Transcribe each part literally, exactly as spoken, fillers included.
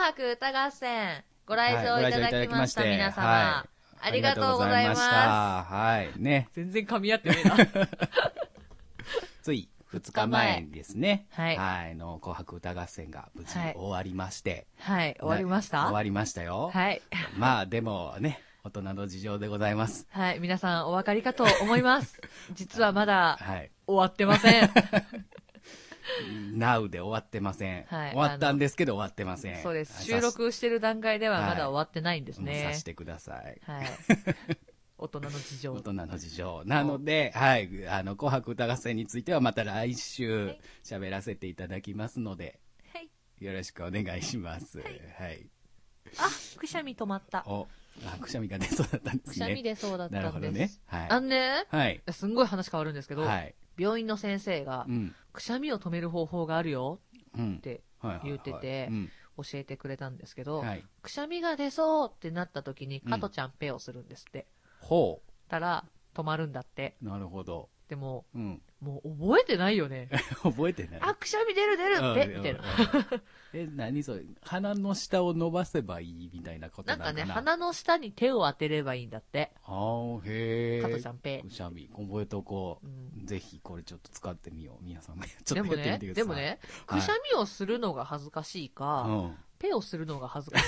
白歌合戦ご来場いただきました、はい、皆様、 はい、 ありがとうございます。 はいね、 全然噛み合ってねえなついふつかまえにですね、 はい、 はい、の紅白歌合戦が無事終わりまして、 はい、はい、終わりました。 終わりましたよ。 はい。 まあでもね、大人の事情でございます。 はい、皆さんお分かりかと思います。実はまだ終わってません。はいナウで終わってません、はい、終わったんですけど終わってません。 そうです。収録してる段階ではまだ終わってないんですね。 はい、察してください。 はい。大人の事情。 大人の事情。なので、はい、あの、紅白歌合戦についてはまた来週喋らせていただきますので、はい、よろしくお願いします。はい。はい、 あ、くしゃみ止まった。 お、あ、くしゃみが出そうだったんですね。 くしゃみ出そうだったんです。なるほどね。 はい。 あのね、 はい。 すんごい話変わるんですけど、はい、病院の先生が、 うん、 くしゃみを止める方法があるよって言ってて、教えてくれたんですけど、はい、くしゃみが出そうってなった時に、加トちゃんペをするんですって。 ほう。 たら、止まるんだって。 なるほど。 でも、 うん、 もう覚えてないよね。 覚えてない。 あ、くしゃみ出る出るって、みたいな。 え、何それ、鼻の下を伸ばせばいいみたいなことなのかな。 なんかね、鼻の下に手を当てればいいんだって。 あー、へー。 加トちゃんペ。 くしゃみ、覚えとこう、うん。ぜひこれちょっと使ってみよう。皆さんもちょっとやってみてください。 でもね、でもね、くしゃみをするのが恥ずかしいか、はい、ペをするのが恥ずかしい。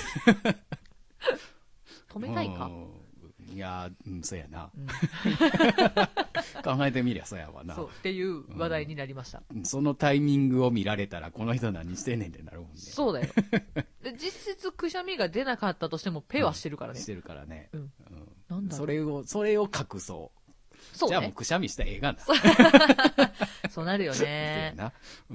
止めたいか。 いやー、うん、そうやな。うん、考えてみりゃそうやわな。 そう、っていう話題になりました。 うん、そのタイミングを見られたら、この人何してんねんってなるもんね。 そうだよ。で実質くしゃみが出なかったとしても、ペはしてるからね。 うん、してるからね。うん。うん、 なんだろう。 それを、それを隠そう。 そうね。 じゃあもうくしゃみしたらええがな。 そうなるよね。 そうやな。うん。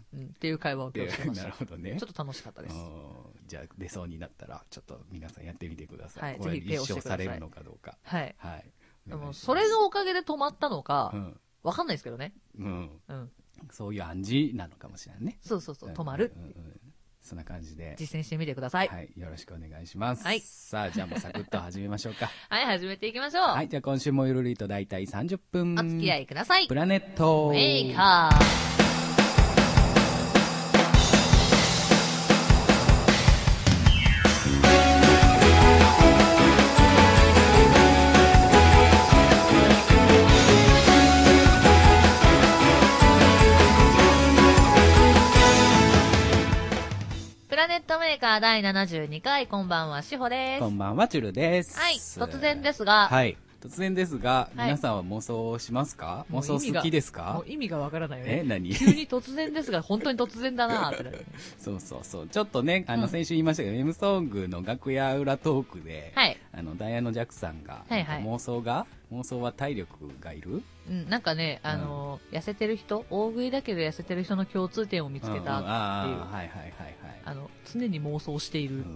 うん。っていう会話を今日してました。 なるほどね。 ちょっと楽しかったです。 じゃあ出そうになったら、ちょっと皆さんやってみてください。 はい。 これ立証されるのかどうか。 はい。 はい。 でも、それのおかげで止まったのか、うん、わかんないですけどね。 うん。うん。そういう暗示なのかもしれないね。 そうそうそう、止まる。うんうん、 そんな感じで。 実践してみてください。 はい。よろしくお願いします。 はい。 さあ、じゃあもうサクッと始めましょうか。 はい、始めていきましょう。 はい。じゃあ今週もゆるりとだいたいさんじゅっぷん。 お付き合いください。 プラネットメーカー。プラネットメーカーだいななじゅうにかい、こんばんは、しほです。 こんばんは、チュルです。 はい、突然ですが。 はい。突然ですが、はい、皆さんは妄想しますか？妄想好きですか？ もう意味がわからないよね。 え、何？ 急に突然ですが、本当に突然だなーってなる。 そうそうそう。ちょっとね、あの、先週言いましたけど、うん、M ソングの楽屋裏トークで、はい、あの、ダイヤのジャックさんが、はいはい、妄想が妄想は体力がいる？ うん、なんかね、あのーうん、痩せてる人、大食いだけど痩せてる人の共通点を見つけたっていう。うんうん、ああ、はいはいはいはい。 あの、常に妄想している。うん、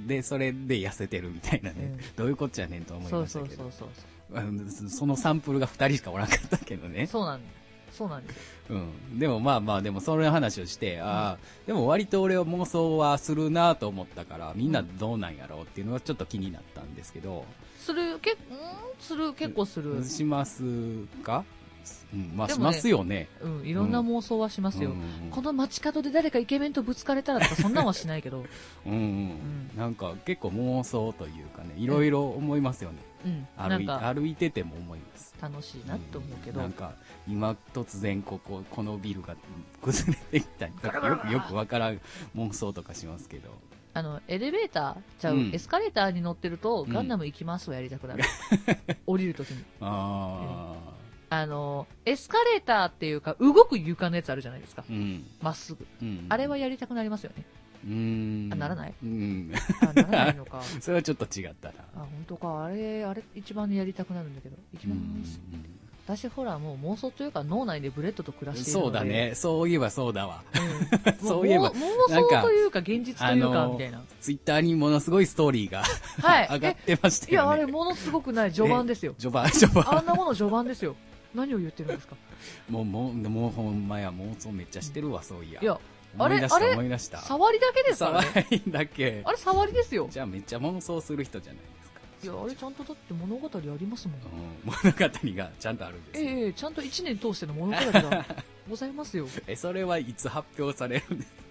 で、それで痩せてるみたいなね。うん、どういうこっちゃねんと思いましたけど。そうそうそうそう。そのサンプルがふたりしかおらんかったけどね。 そうなんそうなんですよ。 うん。でもまあまあ、でもその話をして、うん、ああ、でも割と俺は妄想はするなと思ったから、みんなどうなんやろうっていうのがちょっと気になったんですけど。 する、け、んする、結構する。 しますか？うん、まあ、ね、しますよね。 うん、いろんな妄想はしますよ。うん、この街角で誰かイケメンとぶつかれたらとか、そんなんはしないけど。うん、うん、うん。 なんか結構妄想というかね、いろいろ思いますよね。うん。歩い、歩いてても思います。 楽しいなと思うけど。 うん、なんか、今突然ここ、このビルが崩れてきたりとか、よくよくわからん妄想とかしますけど。 あの、エレベーターちゃう、うん、エスカレーターに乗ってると、ガンダム行きますをやりたくなる。うん、降りるときに。ああ。あの、エスカレーターっていうか、動く床のやつあるじゃないですか。ま、うん、っすぐ、うん。あれはやりたくなりますよね。うーん。あ、ならない？うん。あ、ならないのか。 それはちょっと違ったな。 あ、本当か。あれ、あれ一番やりたくなるんだけど。行きます。私ほらもう妄想というか脳内でブレッドと暮らしているので。 そうだね。そういえばそうだわ。 うん、そういえば。妄想というか現実というかみたいな。 ツイッターにものすごいストーリーが、はい、上がってましたよね。 いや、あれものすごくない序盤ですよ。 序盤、序盤。 あんなもの序盤ですよ。何を言ってるんですか。 もう、もう、もうほんまや、妄想めっちゃしてるわ、そういや。 いや、 思い出した、あれ思い出した。 触りだけですからね。 触りだけ。 あれ触りですよ。 じゃあめっちゃ妄想する人じゃないですか。 いや、あれちゃんとだって物語ありますもん。うん、 物語がちゃんとあるんです、ね。 ええー、ちゃんといちねん通しての物語がございますよ。 え、それはいつ発表されるんですか？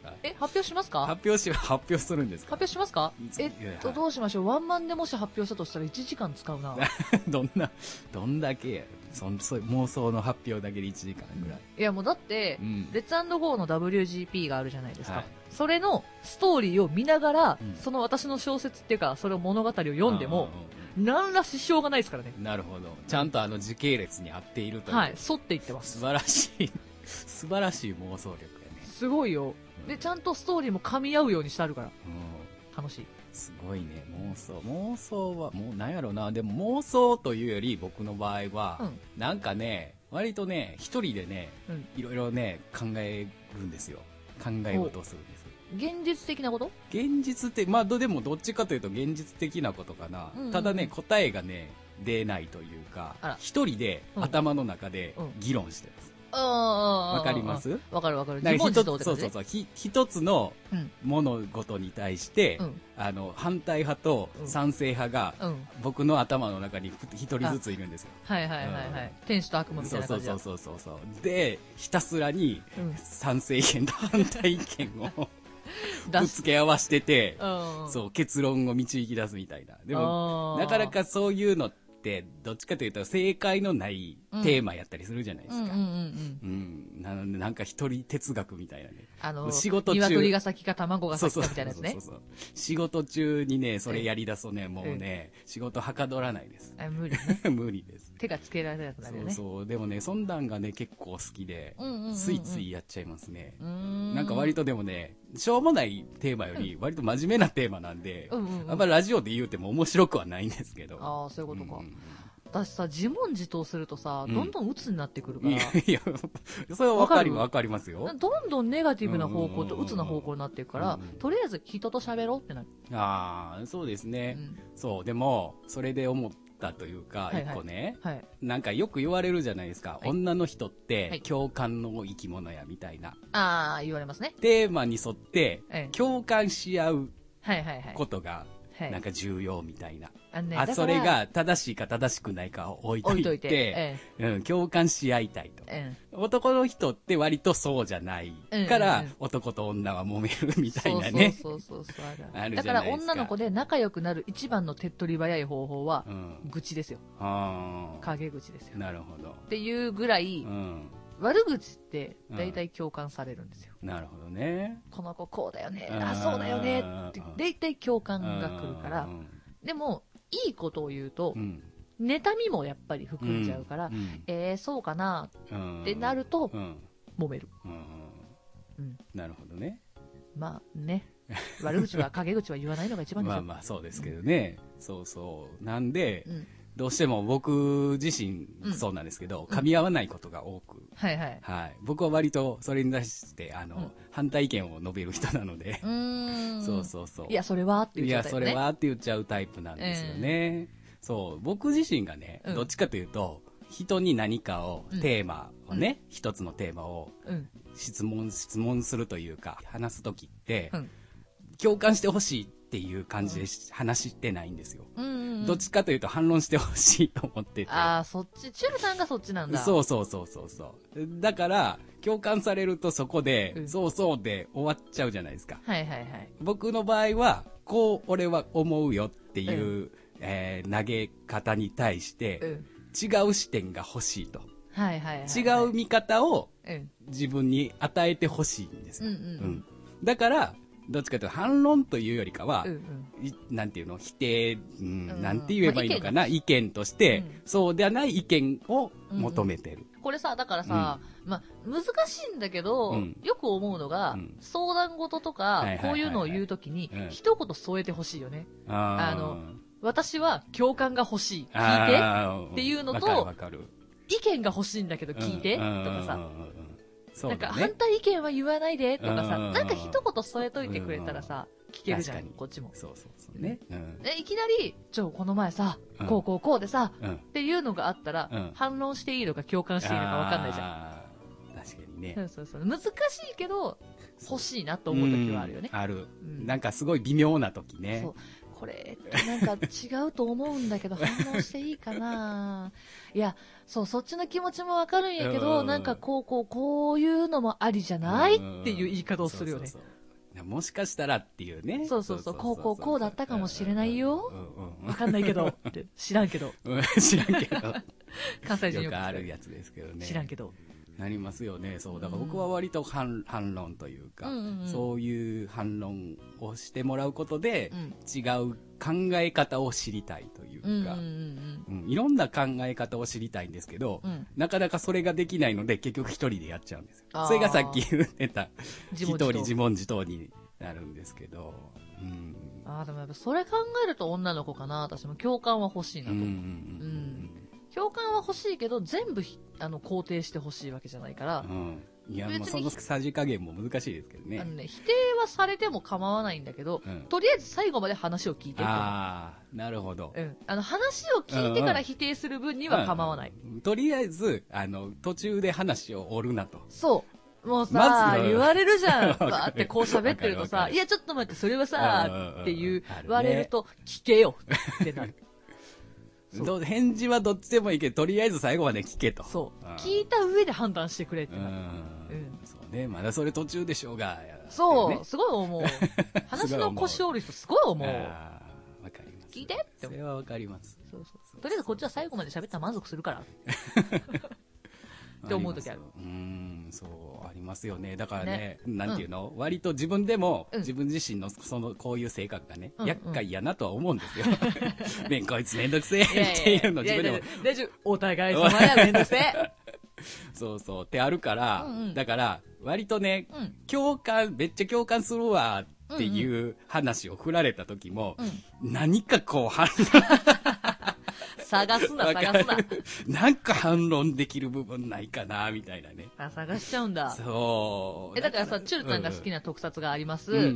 か。 え、発表しますか？ 発表し、発表するんですか？ 発表しますか？えっと、どうしましょう。ワンマンでもし発表したとしたらいちじかん使うな。 どんな、どんだけや。そん、そう妄想の発表だけでいちじかんぐらい。 いやもうだって、うん、レッツ&ゴーの ダブリュージーピー があるじゃないですか。はい、それのストーリーを見ながら、うん、その私の小説っていうか、それを物語を読んでも、何ら支障がないですからね。 なるほど。ちゃんとあの時系列に合っているという。 はい、沿っていってます。 素晴らしい、素晴らしい妄想力やね。 すごいよ。で、ちゃんとストーリーも噛み合うようにしてあるから。うん、楽しい。 すごいね、妄想。妄想は、もうなんやろな、でも妄想というより僕の場合は、うん、なんかね、割とね、一人でね、うん、いろいろね、考えるんですよ。考え事をするんです。 現実的なこと？ 現実的、まあ、でもどっちかというと現実的なことかな。うんうんうん、ただね、答えがね、出ないというか、一人で頭の中で議論してます。わ、うん、かります？ わかるわかる。自問自答って感じね。そうそうそう。ひ一つの物事に対して、うん、あの、反対派と賛成派が、うん、僕の頭の中に一人ずついるんですよ。 はいはいはいはい。うん、天使と悪魔みたいな感じだ。 そうそうそうそうそう。で、ひたすらに賛成意見と反対意見を、ぶつけ合わせてて、そう結論を導き出すみたいな。でもなかなかそういうのってどっちかというと正解のないテーマやったりするじゃないですか。なのでなんか一人哲学みたいなね。 あの仕事中鶏が先か卵が先かみたいなやつね。 そうそうそうそう。仕事中にねそれやり出すとねもうね仕事はかどらないです。 あ無理ね。 無理です。 手がつけられなくなるよね。 そうそう。でもね、そんなんがね、結構好きで、ついついやっちゃいますね。なんか割とでもね、しょうもないテーマより、割と真面目なテーマなんで、あんまりラジオで言うても面白くはないんですけど。 ああ、そういうことか。私さ、自問自答するとさ、どんどん鬱になってくるから。いや、それはわかり、わかりますよ。 どんどんネガティブな方向と鬱な方向になっていくから、とりあえず人と喋ろうってなる。 ああ、そうですね。そう、でも、それで思って、だというか、一個ね、はい、なんかよく言われるじゃないですか、はい、女の人って共感の生き物やみたいな、 ああ言われますね。 テーマに沿って共感し合うことがなんか重要みたいな、あ、ね、あそれが正しいか正しくないかを置いといて、置いといて、ええ、うん、共感し合いたいと、ええ、男の人って割とそうじゃないから、うんうんうん、男と女は揉めるみたいなね。 そうそうそうそうあるだから女の子で仲良くなる一番の手っ取り早い方法は、うん、愚痴ですよ。陰口ですよ。 なるほど。 っていうぐらい、うん、悪口って大体共感されるんですよ。 うん、なるほどね。 この子こうだよね、あ、そうだよねって大体共感が来るから、でもいいことを言うと、うん、妬みもやっぱり含んじゃうから、うんうん、えー、そうかなってなると、うん、揉める、うんうん、なるほどね。 まあね、悪口は陰口は言わないのが一番ですよ。 まあまあそうですけどね、うん、そうそうなんで、うん、どうしても僕自身そうなんですけど、うん、噛み合わないことが多く、はいはいはい、僕は割とそれに対してあの、うん、反対意見を述べる人なので、うーんそうそうそう、 いやそれはって言っちゃうタイプね。 いやそれはって言っちゃうタイプなんですよね、えー、そう僕自身がね、うん、どっちかというと人に何かを、うん、テーマをね、うん、一つのテーマを質問質問するというか話すときって、うん、共感してほしいっていう感じで話してないんですよ、うんうんうん、どっちかというと反論してほしいと思ってて。 ああそっちチュルさんがそっちなんだ。 そうそうそうそうそうだから共感されるとそこで、うん、そうそうで終わっちゃうじゃないですか。はいはいはい。僕の場合はこう俺は思うよっていう、うんえー、投げ方に対して、うん、違う視点が欲しいと、はいはいはいはい、違う見方を自分に与えてほしいんですよ、うんうんうん、だからどっちかというと反論というよりかは、うんうん、なんていうの否定、うんうん、なんて言えばいいのかな、まあ、意見として、うん、そうではない意見を求めてる、うんうん、 これさだからさ、うんまあ、難しいんだけど、うん、よく思うのが、うん、相談事とか、はいはいはいはい、こういうのを言うときに、うん、一言添えてほしいよね。あの私は共感が欲しい聞いてっていうのと、わかる意見が欲しいんだけど聞いて、うん、とかさ、ね、なんか反対意見は言わないでとかさ、なんか一言添えといてくれたらさ、聞けるじゃん、こっちも。そうそうそうね。うん、でいきなり、ちょ、この前さ、うん、こうこうこうでさ、うん、っていうのがあったら、うん、反論していいのか共感していいのか分かんないじゃん。確かにね。そうそうそう。難しいけど、欲しいなと思う時はあるよね。 ある、うん。なんかすごい微妙な時ね。そう。 これなんか違うと思うんだけど反応していいかないやそうそっちの気持ちもわかるんやけどなんかこうこうこういうのもありじゃないっていう言い方をするよね。そうそうそうもしかしたらっていうね。 そうそうそう、こうこうこうだったかもしれないよ。わかんないけどって、知らんけど。 知らんけど。 関西人よくあるやつですけどね。 知らんけど。 なりますよね。そう。だから僕は割と反、反論というか、うんうん、そういう反論をしてもらうことで、うん、違う考え方を知りたいというか、うんうんうんうん、いろんな考え方を知りたいんですけど、うん、なかなかそれができないので、結局一人でやっちゃうんですよ。それがさっき言ってた、一人自問自答になるんですけど、うん、 ああ、でもやっぱそれ考えると女の子かな。私も共感は欲しいなと。うんうんうんうん共感は欲しいけど、全部あの肯定してほしいわけじゃないから。うん、 いや、もうそのさじ加減も難しいですけどね。 あのね、否定はされても構わないんだけど、うん、とりあえず最後まで話を聞いてって。 ああ、なるほど。 うん。あの、話を聞いてから否定する分には構わない。 うんうん、とりあえず、あの、途中で話を折るなと。 そう。もうさ、ま、言われるじゃん。わーってこう喋ってるとさ、いや、ちょっと待って、それはさ、って言われると、聞けよってなる。 返事はどっちでもいいけど、とりあえず最後まで聞けと。 そう。聞いた上で判断してくれってなる。うん。 そうね。まだそれ途中でしょうが。 そう。すごい思う。話の腰折る人すごい思う。 ああ、わかります。 聞いてって思う。それはわかります。 そうそう。とりあえずこっちは最後まで喋ったら満足するから。って思うときある。 うん、そう、ありますよね。だからね、ねなんていうの、うん、割と自分でも、うん、自分自身のその、こういう性格がね、うん、厄介やなとは思うんですよ。めんこいつめんどくせえっていうの自分でも。 大丈夫。お互い様やめんどくせえ。 そうそう。ってあるから、うんうん、だから、割とね、うん、共感、めっちゃ共感するわっていう話を振られた時も、うんうん、何かこう反論、 探すな、探すな。 なんか反論できる部分ないかな、みたいなね。 あ、探しちゃうんだ。 そう。 え、だからさ、チュルちゃんが好きな特撮があります。うんうんうん、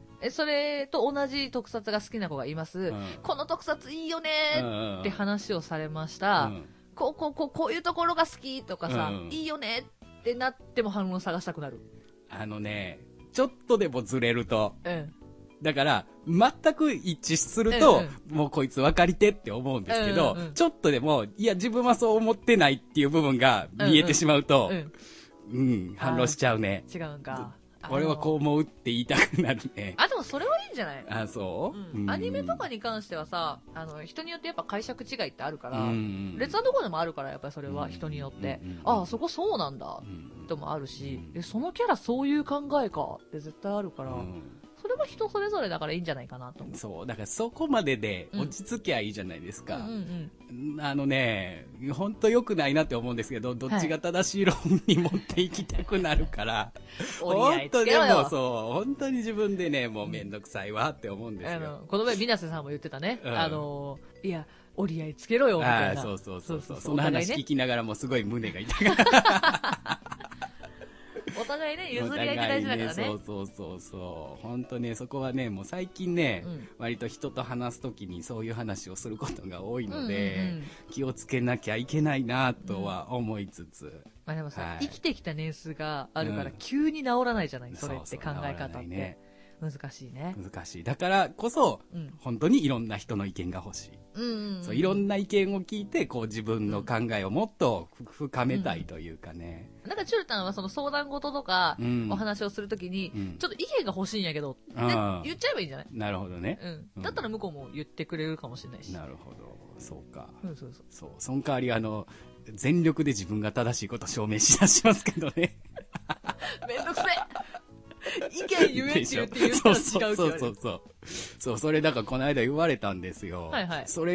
え、それと同じ特撮が好きな子がいます。うん、この特撮いいよねーって話をされました。うん、こう、こう、こう、こういうところが好きとかさ、うん、いいよねってなっても反論探したくなる。 あのね、ちょっとでもずれると。うん。だから、全く一致すると、うんうん、もうこいつ分かりてって思うんですけど、うんうんうん、ちょっとでも、いや、自分はそう思ってないっていう部分が見えてしまうと、うん、うんうん、反論しちゃうね。 違うんか。 俺はこう思うって言いたくなるね。 あ、でもそれはいいんじゃない？ あ、そう、 うん、アニメとかに関してはさ、あの、人によってやっぱ解釈違いってあるから、うん、別なところでもあるから、やっぱりそれは人によって、うん、ああ、そこそうなんだ、ともあるし、うん、そのキャラそういう考えかって絶対あるから、うんそれは人それぞれだからいいんじゃないかなと思う。 そう。だからそこまでで落ち着きゃいいじゃないですか。うんうんうん、あのね、本当良くないなって思うんですけど、どっちが正しい論に持っていきたくなるから、はい、本当でもそう、本当に自分でね、もうめんどくさいわって思うんですよ。あのこの前、水瀬さんも言ってたね。うん、あの、いや、折り合いつけろよ、みたいな。 そうそうそうそう。その話聞きながらもすごい胸が痛かった。 お互いね、譲り合いって大事だからね。 そうそうそうそう。本当ね、そこはね、もう最近ね、うん、割と人と話すときにそういう話をすることが多いので、うんうんうん、気をつけなきゃいけないなとは思いつつ。うん、 まあでもさ、はい、生きてきた年数があるから、急に治らないじゃない、うん、それって考え方って。ね、難しいね。 難しい。だからこそ、うん、本当にいろんな人の意見が欲しい。うんうんうん、そういろんな意見を聞いて、こう自分の考えをもっと深めたいというかね。 うん、なんかチュルタンはその相談事とか、お話をするときに、うん、ちょっと意見が欲しいんやけど、って言っちゃえばいいんじゃない？ なるほどね、 うん。だったら向こうも言ってくれるかもしれないし。 なるほど。そうか。 うん、そうそう。 そう。その代わり、あの、全力で自分が正しいことを証明しだしますけどね。 めんどくせえ意見言えって言って言ったら違うって言われる。 そうそうそう。そう、それだからこの間言われたんですよ。 はいはい。 それって、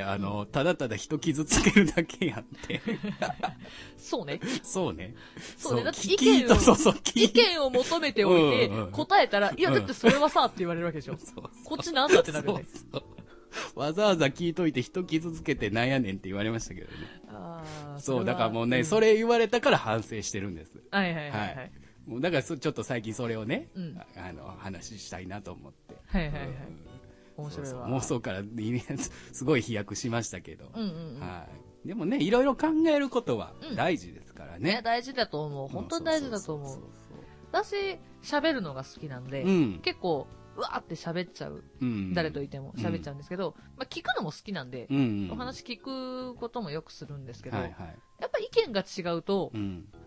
あの、ただただ人傷つけるだけやって。 そうね。 そうね。 そうね。だって意見を、そうそう意見を求めておいて、答えたら、いやだってそれはさって言われるわけでしょ。そうそうこっちなんだってなるよね。そうそうわざわざ聞いといて人傷つけてなんやねんって言われましたけどね。ああ。そう、だからもうね、うん、それ言われたから反省してるんです。 はいはいはい、はい。はいもうだからちょっと最近それをね、うん、あの話したいなと思って。 はいはいはい。面白いわ。 そうそう妄想からすごい飛躍しましたけど。うんうんうん、はい。でもね、いろいろ考えることは大事ですからね。うん、ね大事だと思う。本当に大事だと思う。私、喋るのが好きなんで、うん、結構、うわーって喋っちゃう。うん、誰といても喋っちゃうんですけど、うん、まあ、聞くのも好きなんで、うんうん、お話聞くこともよくするんですけど、はいはい、やっぱ意見が違うと、うん、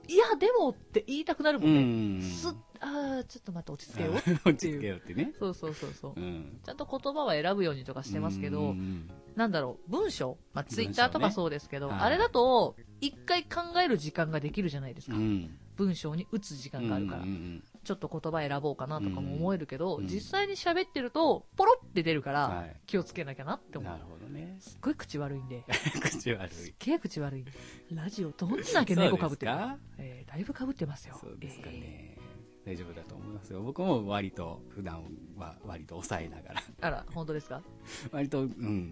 いや、でもって言いたくなるもんね。 うんすあちょっと待って、落ち着けようっていう。 落ち着けようってね。 そうそうそうそう、 うん。 ちゃんと言葉は選ぶようにとかしてますけど、うん、なんだろう、文章、まあ、ツイッターとかそうですけど、ね、あれだと、一回考える時間ができるじゃないですか。うん、文章に打つ時間があるから、うんうんうん、ちょっと言葉選ぼうかなとかも思えるけど、うん、実際に喋ってると、ポロって出るから、はい、気をつけなきゃなって思う。 なるほどね。 すっごい口悪いんで。 口悪い。 すっげえ口悪い。ラジオどんだけ猫かぶってるか、えー、だいぶかぶってますよ。 そうですかね。えー大丈夫だと思いますよ。僕も割と普段は割と抑えながらあら、本当ですか？ 割と、うん、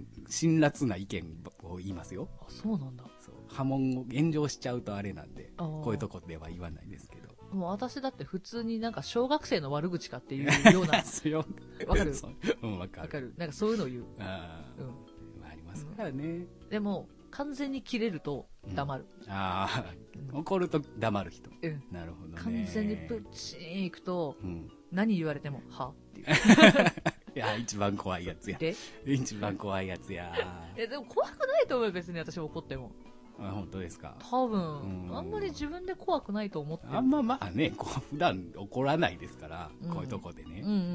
辛辣な意見を言いますよ。 あ、そうなんだ。 そう、波紋を炎上しちゃうとあれなんで、こういうとこでは言わないですけど。 もう私だって普通になんか小学生の悪口かっていうようなわかる？ うん、わかる。 わかる。なんかそういうのを言う。 ああ、うん、ありますからね。うん、 でも完全に切れると黙る。 うん、ああ、怒ると黙る人。うん。なるほどね。 完全にプッチーンいくと、うん、何言われても、はっていう。 いや、一番怖いやつや。で一番怖いやつや。 え、でも怖くないと思うよ、別に私怒っても。 あ、本当ですか？ 多分、あんまり自分で怖くないと思ってる。 あんままあね、こう普段怒らないですから、うん、こういうとこでね。うんうんうん。うん、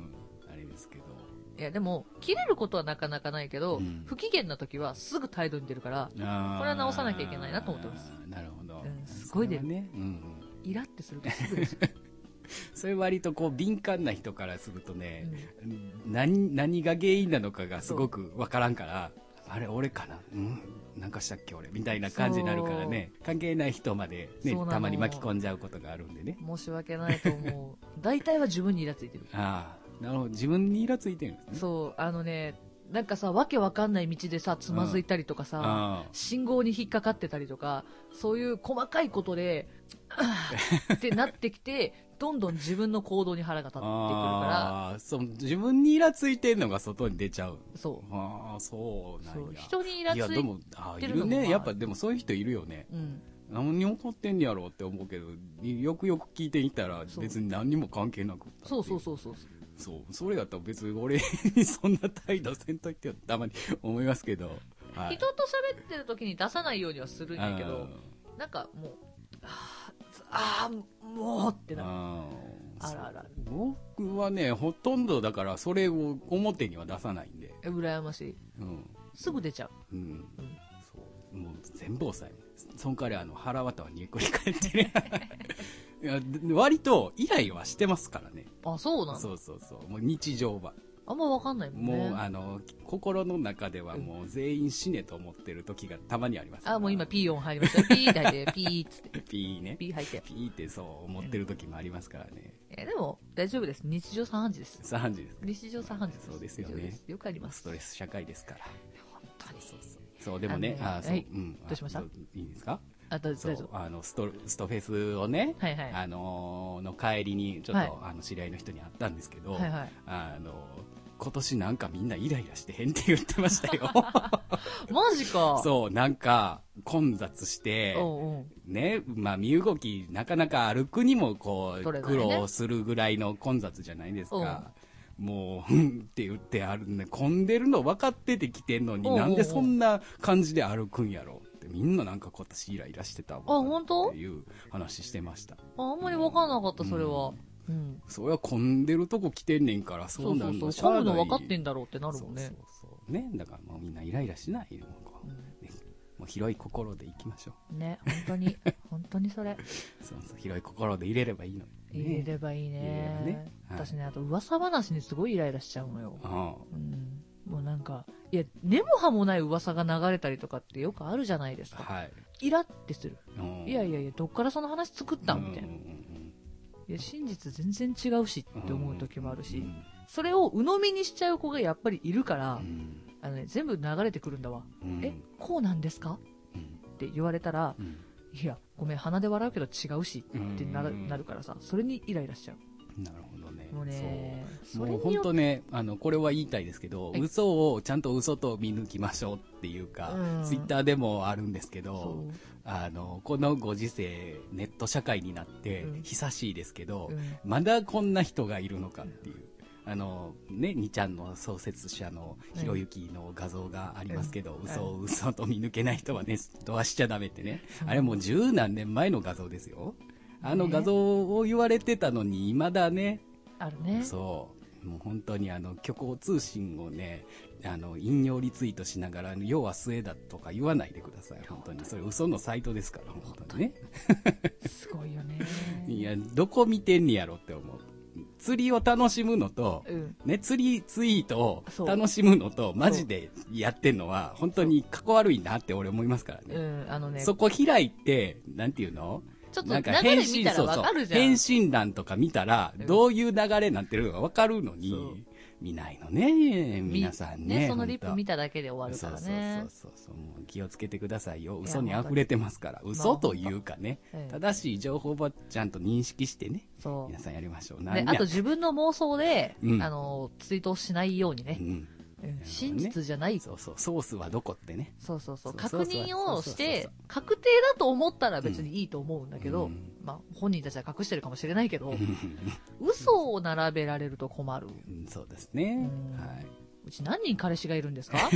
あれですけど。 いやでも切れることはなかなかないけど、うん、不機嫌な時はすぐ態度に出るから、これは直さなきゃいけないなと思ってます。 なるほど、 うん、すごい出るね、うんうん、イラってするとすぐですそれ割とこう敏感な人からするとね、うん、何, 何が原因なのかがすごく分からんから、あれ俺かな、うん、なんかしたっけ俺みたいな感じになるからね、関係ない人まで、ね、たまに巻き込んじゃうことがあるんでね。 申し訳ないと思う大体は自分にイラついてる。 ああ、なるほど、自分にイラついてるんですね。 そう、あのね、なんかさ、わけわかんない道でさ、つまずいたりとかさ、うん、信号に引っかかってたりとか、そういう細かいことで、ってなってきて、どんどん自分の行動に腹が立ってくるから。 そう、自分にイラついてるのが外に出ちゃう。 そう。 ああ、そうなんや。 人にイラついてるのも。いや、でも、 あ、いるね。やっぱでもそういう人いるよね。うん。何に怒ってんやろうって思うけど、よくよく聞いてみたら別に何にも関係なくった。 そうそうそうそう。 そう、それやったら別に俺にそんな態度せんといてよたまに思いますけど、 はい、人と喋ってる時に出さないようにはするんやけど、なんかもうああもうってなる。あらあら。 僕はね、ほとんどだからそれを表には出さないんで。 え、羨ましい。うん。すぐ出ちゃう。うん。うん、 そう。もう全部抑える。そんからあの腹渡はにっくり返ってね。いや割とイライラはしてますからね。 あ、そうなの？ そうそうそう。もう日常は。 あんま分かんないもんね。 もうあの心の中ではもう全員死ねと思ってる時がたまにあります。 あ、もう今ピー音入りました。ピーって入って、ピーっつって。 ピーね。 ピー入って。 ピーってそう思ってる時もありますからね。 えー、でも大丈夫です。日常茶飯事です。 茶飯事です。 日常茶飯事です。 そうですよね。 よくあります。 ストレス社会ですから。 本当に。 そうそうそう。そうでもね、あ、そう、うん。 どうしました？いいですか？ あ、どうぞ。 あのストストフェスをね、はいはい、あのの帰りにちょっと、はい、あの知り合いの人に会ったんですけど、はいはい、あの今年なんかみんなイライラしてへんって言ってましたよ。 マジか。 そう、なんか混雑して、おうおうね、まあ身動きなかなか歩くにもこう、ね、苦労するぐらいの混雑じゃないですか。もう、うんって言ってあるね、混んでるの分かってて来てんのに、なんでそんな感じで歩くんやろって、みんななんか今年イライラしてたもんっていう話してました。 あ、あんまり分かんなかった、それは。 うん、そりゃ混んでるとこ来てんねんから、そうなんだ。そうそうそう、混むの分かってんだろうってなるもんね。 そうそうそう。ね、だからもうみんなイライラしないよ。うんね、もう広い心でいきましょう。 ね、本当に、本当にそれ。 そうそう、広い心で入れればいいのに、 ね。入れればいいね。ね、私ね、あと噂話にすごいイライラしちゃうのよ。ああ、うん、もうなんか、いや、根も葉もない噂が流れたりとかってよくあるじゃないですか。はい。イラってする。いやいやいや、どっからその話作ったんみたいな。いや真実全然違うしって思う時もあるし、うん、それを鵜呑みにしちゃう子がやっぱりいるから、うん、あのね、全部流れてくるんだわ、うん、え、こうなんですか、うん、って言われたら、うん、いやごめん鼻で笑うけど違うしってな る,、なるからさ、それにイライラしちゃう。 なるほどね。 もうね、 そうもう本当ね、あのこれは言いたいですけど、嘘をちゃんと嘘と見抜きましょうっていうか、うん、ツイッターでもあるんですけど、あのこのご時世ネット社会になって久しいですけど、うん、まだこんな人がいるのかっていう、 あの、ね、にちゃんの創設者のひろゆきの画像がありますけど、うん、嘘を嘘と見抜けない人はね、ドアしちゃダメってね。あれもう十何年前の画像ですよ。あの画像を言われてたのに、未だね。 あるね。 そう。もう本当にあの、虚構通信をね、あの、引用リツイートしながら、要は末だとか言わないでください。本当に。それ嘘のサイトですから、本当にね。 すごいよね。 いや、どこ見てんねやろって思う。釣りを楽しむのと、うん、ね、釣りツイートを楽しむのと、マジでやってんのは、本当にかっこ悪いなって俺思いますからね。 うん、あのね。 そこ開いて、なんていうのちょっと流れ見たらわかるじゃん。 返信欄とか見たら、どういう流れになってるのかわかるのに、見ないのね、皆さんね。 ね、そのリップ見ただけで終わるからね。 そうそうそうそう。もう気をつけてくださいよ。嘘に溢れてますから。嘘というかね、正しい情報をちゃんと認識してね。そう。皆さんやりましょう。 で、あと自分の妄想で、うん、あの、ツイートをしないようにね。うん真実じゃない、ね、 そうそうソースはどこってねそうそうそう確認をして確定だと思ったら別にいいと思うんだけど、うん、まあ本人たちは隠してるかもしれないけど嘘を並べられると困る、 うん、そうですね、 うん、はい、うち何人彼氏がいるんですか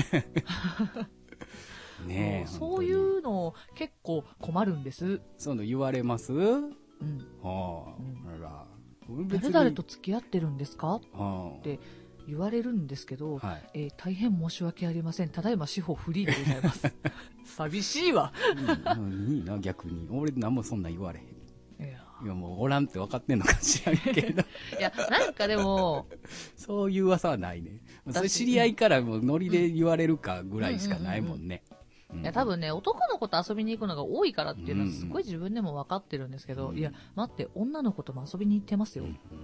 ねえそういうの結構困るんです。 そういうの言われますうん、 はあ、うん、あら誰々と付き合ってるんですか、はあ、って言われるんですけど、はい、えー、大変申し訳ありません。ただいま司法フリーでございます。寂しいわ。 うん、いいな、逆に。俺何もそんな言われへん。いや、いやもうおらんって分かってんのか知らんけど。 いや、なんかでも、 そういう噂はないね。それ知り合いからもノリで言われるかぐらいしかないもんね。 いや多分ね、男の子と遊びに行くのが多いからっていうのはすごい自分でも分かってるんですけど、うんうん、いや、待って、女の子とも遊びに行ってますよ。うんうんうん、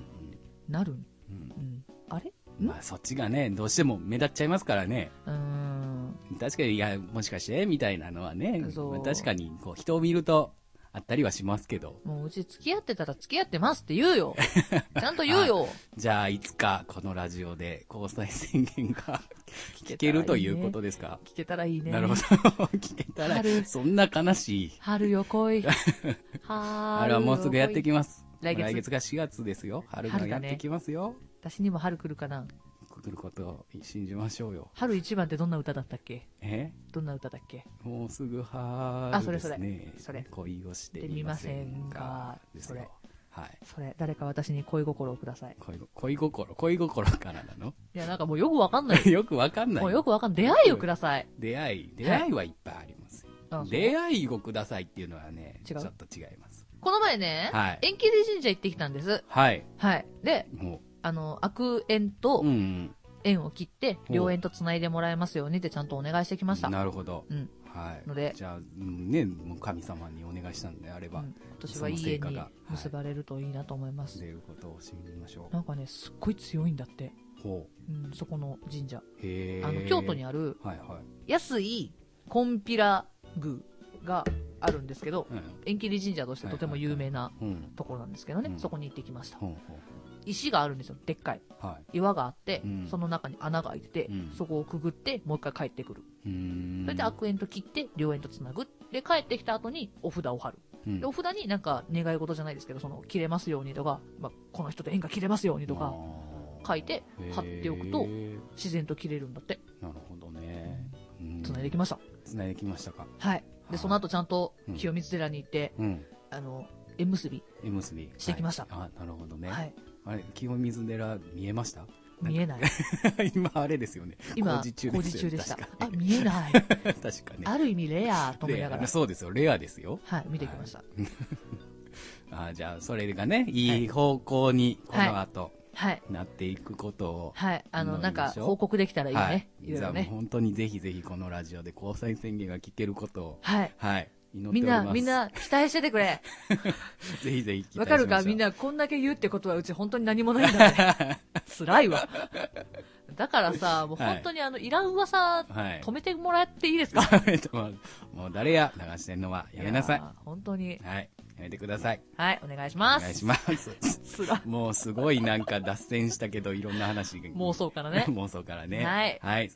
なるん、うんうん、あれまあそっちがね、どうしても目立っちゃいますからね。うーん。確かに、いや、もしかしてみたいなのはね、確かにこう人を見るとあったりはしますけど。 もううち付き合ってたら付き合ってますって言うよ。ちゃんと言うよ。 じゃあいつかこのラジオで交際宣言が聞けるということですか？ 聞けたらいいね。 なるほど。聞けたら、そんな悲しい。 春よ来い。春よ来い。 あれはもうすぐやってきます。来月。来月がしがつですよ。春がやってきますよ。 私にも春来るかな。 来ることを信じましょうよ。 春一番ってどんな歌だったっけ？ え？ どんな歌だっけ？ もうすぐ春ですね。 あ、それそれ。それ。 恋をしてみませんか。 それ。 はい。 それ、誰か私に恋心をください。 恋、恋心恋心からなの？ いや、なんかもうよくわかんない。 よくわかんない。 もうよくわかんない。出会いをください。 出会い。出会いはいっぱいありますよ。はい、出会いをくださいっていうのはね、ちょっと違います。 この前ね、はい、縁切り神社行ってきたんです。 はい。 はい。で、あの、悪縁と、縁を切って、良縁と繋いでもらえますようにってちゃんとお願いしてきました。 なるほど。 うん。 はい。 ので、 じゃあ、ね、もう神様にお願いしたんであれば、うん、 今年はいい縁に結ばれるといいなと思います。 ということを信じましょう。 なんかね、すっごい強いんだって。ほう。うん、そこの神社。へー。あの、京都にある、はいはい。安いコンピラ宮があるんですけど、うん、縁切り神社としてとても有名なところなんですけどね、うん、そこに行ってきました。うん、石があるんですよ、でっかい。はい、岩があって、うん、その中に穴が開いてて、うん、そこをくぐって、もう一回帰ってくる。それで悪縁と切って、良縁とつなぐ。で、帰ってきた後にお札を貼る。うん、でお札になんか願い事じゃないですけど、その、切れますようにとか、まあ、この人と縁が切れますようにとか、書いて、貼っておくと、自然と切れるんだって。 なるほどね。 つないできました。 つないできましたか。 はい。で、その後ちゃんと清水寺に行って、うん、あの、縁結び。 縁結び。 してきました。 はい、あ、なるほどね。はい。あれ、清水寺見えました？ 見えない。 今あれですよね。 今、工事中です。工事中でした。あ、見えない。 確かに。 ある意味レアと思いながら。 そうですよ、レアですよ。 はい、見てきました。 あ、じゃあ、それがね、いい方向に、この後、はい。なっていくことを。 はい。あの、なんか、報告できたらいいね。いろいろね。 本当にぜひぜひこのラジオで交際宣言が聞けることを。 はい。 はい。 みんな、みんな、期待しててくれ。 ぜひぜひ。 わかるか？みんな、こんだけ言うってことは、うち本当に何もないんだね。辛いわ。だからさ、もう本当にあの、いらん噂、止めてもらっていいですか？ もう誰や流してんのはやめなさい。 本当に。 はい。やめてください。 はい、お願いします。 お願いします。もうすごいなんか脱線したけど、いろんな話が。 妄想からね。 妄想からね。 はい。 はい。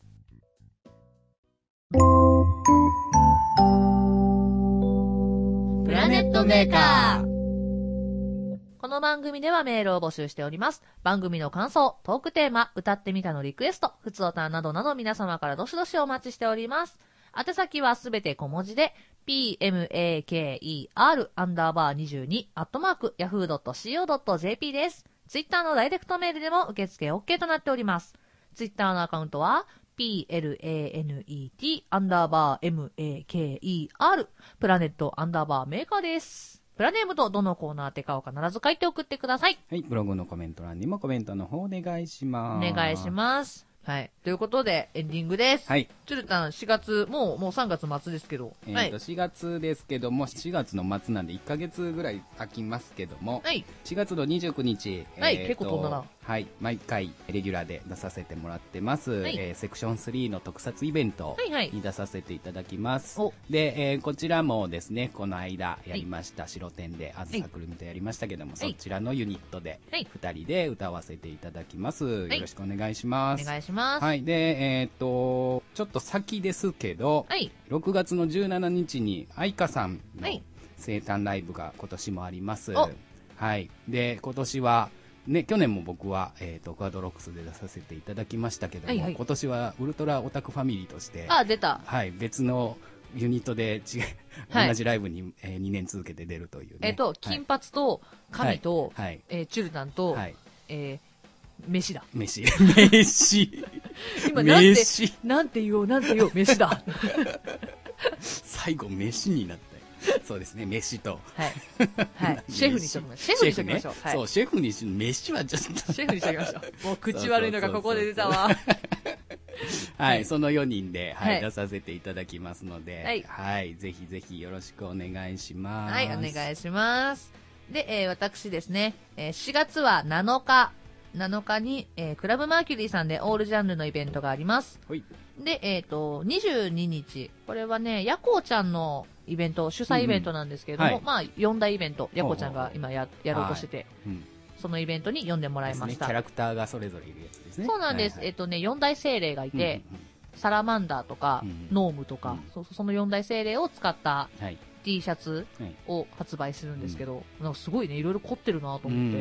プラネットメーカー。このの番組ではメールを募集しております。番組の感想、トークテーマ、歌ってみたのリクエスト、ふつおたなどなど皆様からどしどしお待ちしております。宛先はすべて小文字で、pmaker アンダーバーにじゅうにアットマーク ヤフードットシーオードットジェーピー です。ツイッターのダイレクトメールでも受付 OK となっております。ツイッターのアカウントは、planet アンダーバー maker プラネットアンダーバーメーカーです。プラネームとどのコーナーってかを必ず書いて送ってください。 はい、ブログのコメント欄にもコメントの方お願いします。 お願いします。はい。ということで、エンディングです。 はい。 チュルタン、しがつ、もう、もうさんがつ末ですけど。 えっ、ー、と、はい、しがつですけども、しがつの末なんでいっかげつぐらい空きますけども、 はい。 しがつのにじゅうくにち、 はい、えー、結構飛んだな。 はい、毎回レギュラーで出させてもらってます、はい、えー、セクションスリーの特撮イベントに出させていただきます。はいはい、で、えー、こちらもですね、この間やりました、はい、白天であずさくるみとやりましたけども、はい、そちらのユニットでふたりで歌わせていただきます。はい、よろしくお願いします。 お願いします。 はい、で、えっ、ー、と、ちょっと先ですけど、はい、ろくがつのじゅうしちにちに愛花さんの生誕ライブが今年もあります。はい。で、今年は、ね、去年も僕は、えーと、クアドロックスで出させていただきましたけども、はいはい、今年はウルトラオタクファミリーとして、 あ、出た。 はい、別のユニットで違はい、同じライブに、えー、にねん続けて出るというね。 えっ、ー、と、金髪と、神と、はいはい、えー、チュルタンと、はい、えー、飯だ。 飯。飯。 今なんて、なんて言おう、なんて言おう、飯だ。 最後、飯になった。そうですね、飯と。 はい。はい。シェフにしときましょう。シェフにしときましょう。 はい、そう、シェフにし、飯はちょっと。 シェフにしときましょう。もう口悪いのがここで出たわ。 はい、そのよにんで、はい、出させていただきますので、はい、はい、ぜひぜひよろしくお願いします。 はい、お願いします。で、えー、私ですね、えー、しがつはなのか、なのかに、えー、クラブマーキュリーさんでオールジャンルのイベントがあります。はい。で、えっ、ー、と、にじゅうににち、これはね、ヤコウちゃんのイベント、主催イベントなんですけれども、うんうん、はい、まあ、よん大イベント、ヤコウちゃんが今や、やろうとしてて、はい、うん、そのイベントに呼んでもらいました。 ね、キャラクターがそれぞれいるやつですね。 そうなんです。はいはい、えっ、ー、とね、よん大精霊がいて、うんうん、サラマンダーとか、うんうん、ノームとか、うん、そ, そのよん大精霊を使った、はい、T シャツを発売するんですけど、はい、なんかすごいね、いろいろ凝ってるなと思って、うんうん、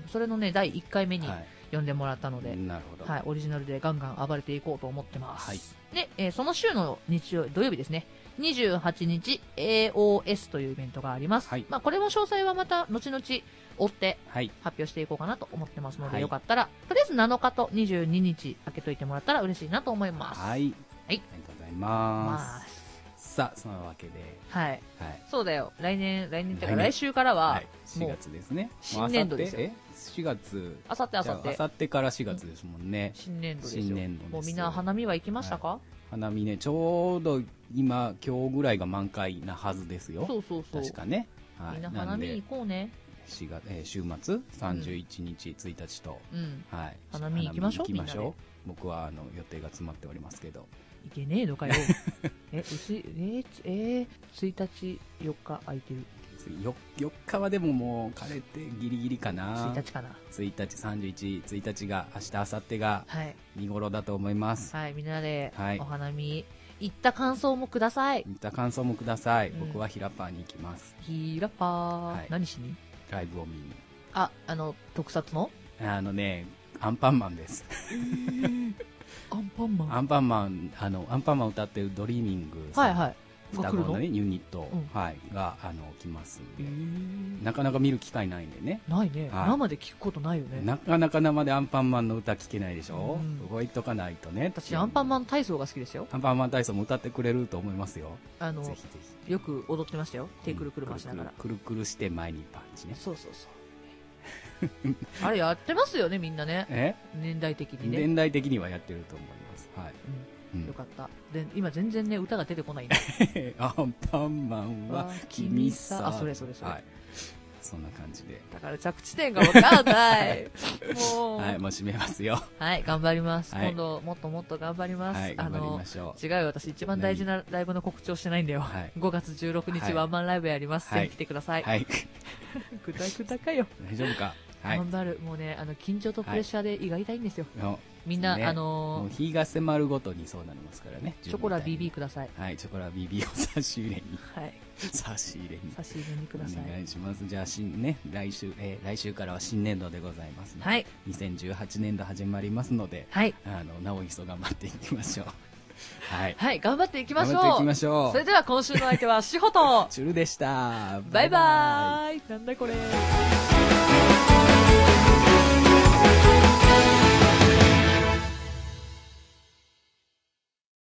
それのね、だいいっかいめに呼んでもらったので、はい、なるほど、はい、オリジナルでガンガン暴れていこうと思ってます。はい、で、えー、その週の日曜、土曜日ですね、にじゅうはちにち エーオーエス というイベントがあります。はい、まあ、これも詳細はまた後々追って発表していこうかなと思ってますので、はい、よかったら、とりあえずなのかとにじゅうににち開けといてもらったら嬉しいなと思います。 はい。はい。ありがとうございます。さあ、そのわけで。 はい。はい。そうだよ。来年、来年っていうか来週からは、はい、 しがつですね。 新年度ですよ。 えしがつ。 あさってあさって。 あさってからしがつですもんね。 うん、新年度ですよ。新年度です。もうみんな花見は行きましたか？はい、 花見ね、ちょうど今、今日ぐらいが満開なはずですよ。 そうそうそう。 確かね。 はい、みんな花見に行こうね。 しがえー、週末さんじゅういちにち、うん、ついたちと、 うん、 はい、 花見行きましょう。 行きましょう。僕はあの予定が詰まっておりますけど。 いけねえのかよ。え、うち、えー、えー、ついたちよっか空いてる。 よっかはでももう枯れてギリギリかな。 ついたちかな。 ついたち、さんじゅういち、ついたちが明日、明後日が見頃だと思います。 はい、はい、みんなでお花見、はい、行った感想もください。 行った感想もください。うん、僕はヒラパーに行きます。 ヒラパー、はい、何しに？ ライブを見に。 あ、あの、特撮の？ あのね、アンパンマンです。 アンパンマンアンパンマン、あの、アンパンマン歌ってるドリーミングさん。はいはい。双子のね、ユニット、うん、はい、が、あの、来ますんで。なかなか見る機会ないんでね。 ないね。はい、生で聞くことないよね。 なかなか生でアンパンマンの歌聞けないでしょ。うん、ここ行っとかないとね。 私、アンパンマン体操が好きですよ。 アンパンマン体操も歌ってくれると思いますよ。 あの、ぜひぜひ。よく踊ってましたよ。手くるくる回しながら。 くるくるして前にパンチね。 そうそうそう。あれやってますよね、みんなね。え？年代的にね。 年代的にはやってると思います。はい。 うん、よかった。で、今全然ね、歌が出てこないね。 アンパンマンは君さ。 あ、それそれそれ。はい。 そんな感じで。 だから着地点がわかんない。もう。 はい、もう閉めますよ。 はい、頑張ります。はい、今度、もっともっと頑張ります。はい、 頑張りましょう。違うよ、私一番大事なライブの告知をしてないんだよ。はい、ごがつじゅうろくにちワンマンライブやります。ぜひ来てください。はい。ぐだぐだかよ。 大丈夫か。 はい、 頑張る。もうね、あの、緊張とプレッシャーで胃が痛いんですよ。はい、みんな、ね、あのー、もう日が迫るごとにそうなりますからね。 チョコラ ビービー ください。 はい、チョコラ ビービー を差し入れに。はい。差し入れに。 差し入れにください。 お願いします。じゃあ、新ね、来週、えー、来週からは新年度でございますので、はい。にせんじゅうはちねんど始まりますので、はい。あの、なおいそ頑張っていきましょう。はい。 はい、頑張っていきましょう。 頑張っていきましょう。 それでは今週の相手は、しほと、 チュルでした。 バイバーイ。なんだこれ。